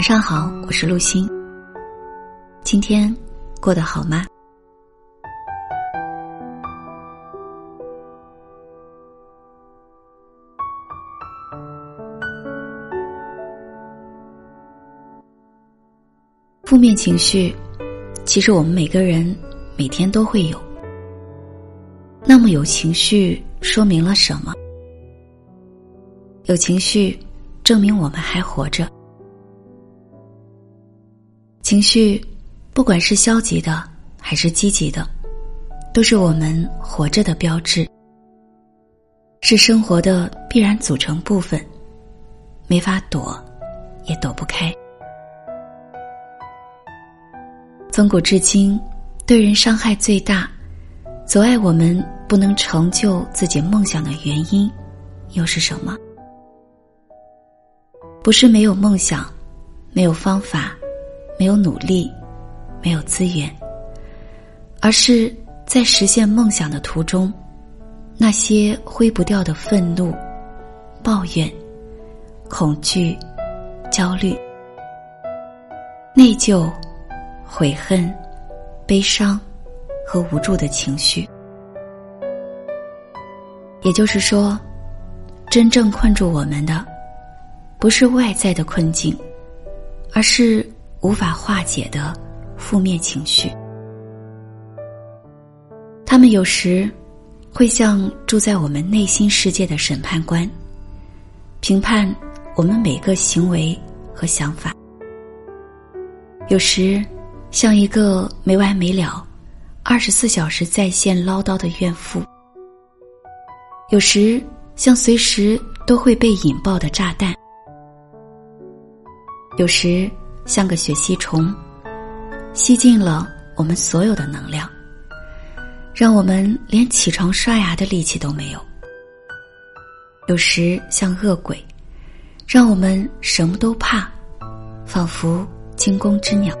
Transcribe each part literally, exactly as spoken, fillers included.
晚上好，我是陆欣。今天过得好吗？负面情绪，其实我们每个人每天都会有。那么有情绪说明了什么？有情绪证明我们还活着。情绪不管是消极的还是积极的，都是我们活着的标志，是生活的必然组成部分，没法躲也躲不开。从古至今，对人伤害最大，阻碍我们不能成就自己梦想的原因又是什么？不是没有梦想，没有方法，没有努力，没有资源，而是在实现梦想的途中，那些挥不掉的愤怒、抱怨、恐惧、焦虑、内疚、悔恨、悲伤和无助的情绪。也就是说，真正困住我们的不是外在的困境，而是无法化解的负面情绪。他们有时会像住在我们内心世界的审判官，评判我们每个行为和想法；有时像一个没完没了二十四小时在线唠叨的怨妇；有时像随时都会被引爆的炸弹；有时像个血吸虫，吸尽了我们所有的能量，让我们连起床刷牙的力气都没有；有时像恶鬼，让我们什么都怕，仿佛惊弓之鸟。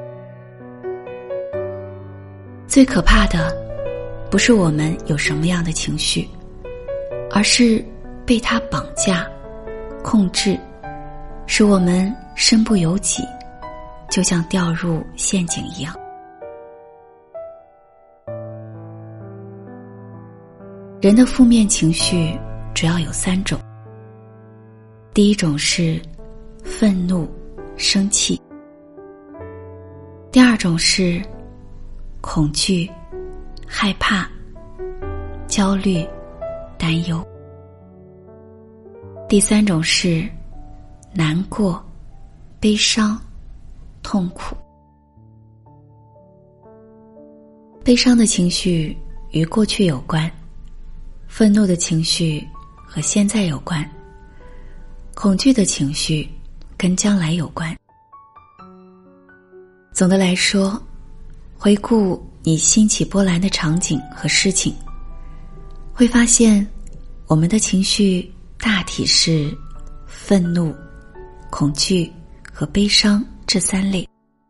最可怕的不是我们有什么样的情绪，而是被它绑架、控制，使我们身不由己，就像掉入陷阱一样。人的负面情绪主要有三种。第一种是愤怒、生气；第二种是恐惧、害怕、焦虑、担忧；第三种是难过、悲伤、痛苦。悲伤的情绪与过去有关，愤怒的情绪和现在有关，恐惧的情绪跟将来有关。总的来说，回顾你兴起波澜的场景和事情，会发现我们的情绪大体是愤怒、恐惧和悲伤这三类。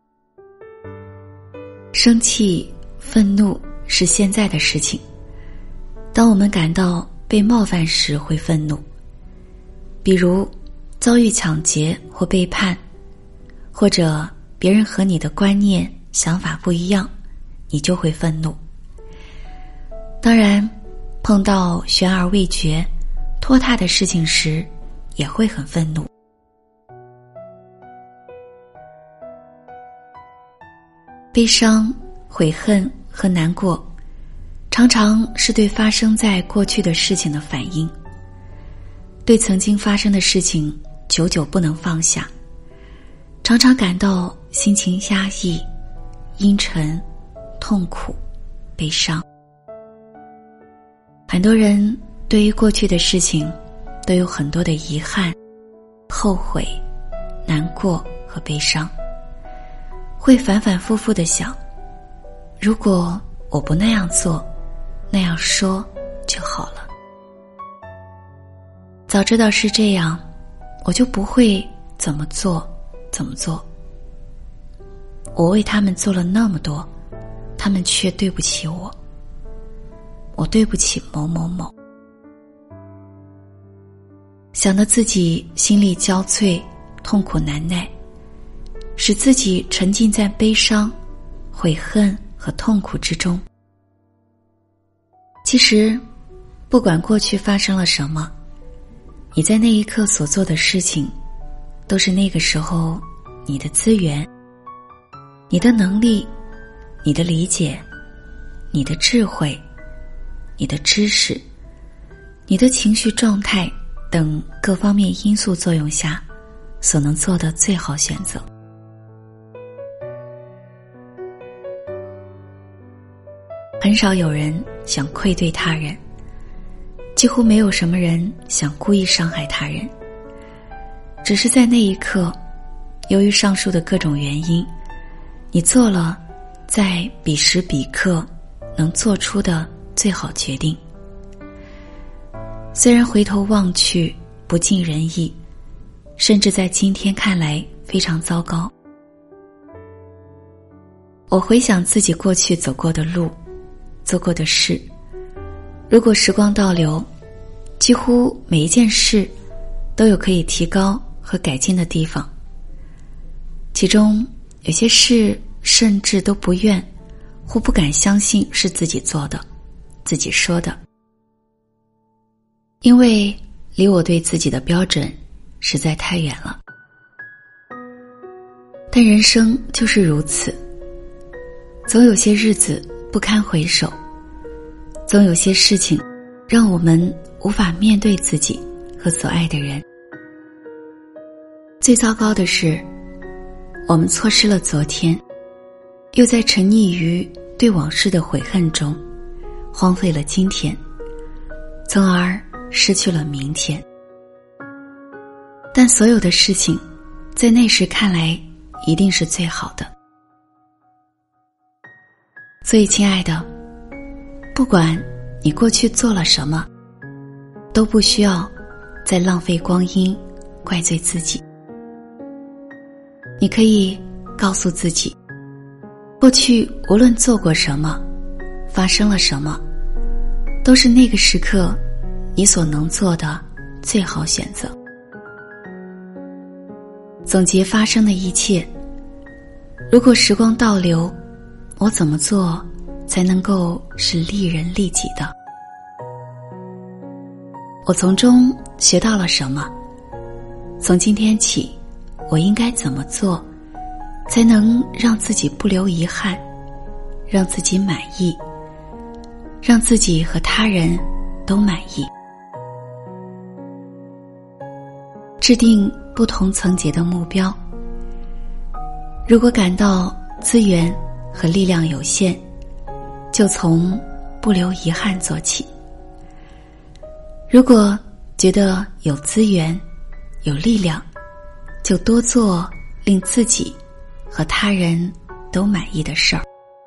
生气、愤怒是现在的事情，当我们感到被冒犯时会愤怒，比如遭遇抢劫或背叛，或者别人和你的观念、想法不一样，你就会愤怒。当然，碰到悬而未决、拖沓的事情时，也会很愤怒。悲伤、悔恨和难过常常是对发生在过去的事情的反应，对曾经发生的事情久久不能放下，常常感到心情压抑、阴沉、痛苦、悲伤。很多人对于过去的事情都有很多的遗憾、后悔、难过和悲伤，会反反复复地想，如果我不那样做，那样说就好了。早知道是这样，我就不会怎么做怎么做。我为他们做了那么多，他们却对不起我，我对不起某某某。想得自己心力交瘁，痛苦难耐， 使自己沉浸在悲伤、悔恨和痛苦之中。其实，不管过去发生了什么，你在那一刻所做的事情，都是那个时候你的资源、你的能力、你的理解、你的智慧、你的知识、你的情绪状态等各方面因素作用下所能做的最好选择。很少有人想愧对他人，几乎没有什么人想故意伤害他人，只是在那一刻，由于上述的各种原因，你做了在彼时彼刻能做出的最好决定。虽然回头望去不尽人意，甚至在今天看来非常糟糕。我回想自己过去走过的路，做过的事，如果时光倒流，几乎每一件事都有可以提高和改进的地方。其中有些事甚至都不愿或不敢相信是自己做的，自己说的，因为离我对自己的标准实在太远了。但人生就是如此，总有些日子不堪回首，总有些事情让我们无法面对自己和所爱的人。最糟糕的是，我们错失了昨天，又在沉溺于对往事的悔恨中，荒废了今天，从而失去了明天。但所有的事情在那时看来一定是最好的。所以亲爱的，不管你过去做了什么，都不需要再浪费光阴怪罪自己。你可以告诉自己，过去无论做过什么，发生了什么，都是那个时刻你所能做的最好选择。总结发生的一切，如果时光倒流，我怎么做才能够是利人利己的？我从中学到了什么？从今天起，我应该怎么做才能让自己不留遗憾，让自己满意，让自己和他人都满意？制定不同层级的目标。如果感到资源和力量有限，就从不留遗憾做起。如果觉得有资源有力量，就多做令自己和他人都满意的事儿。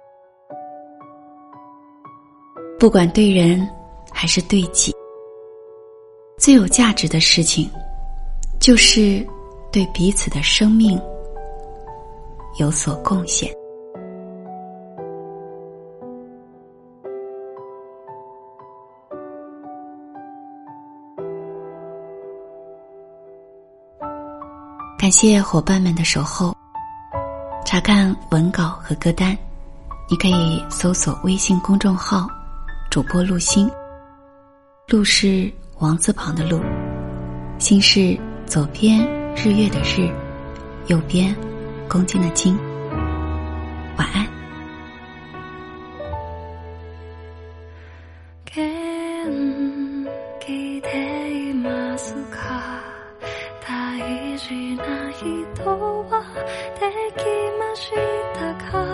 不管对人还是对己，最有价值的事情就是对彼此的生命有所贡献。感谢伙伴们的守候。查看文稿和歌单，你可以搜索微信公众号主播陆星，陆是王字旁的陆，星是左边日月的日，右边公斤的斤。晚安。 大事な人はできましたか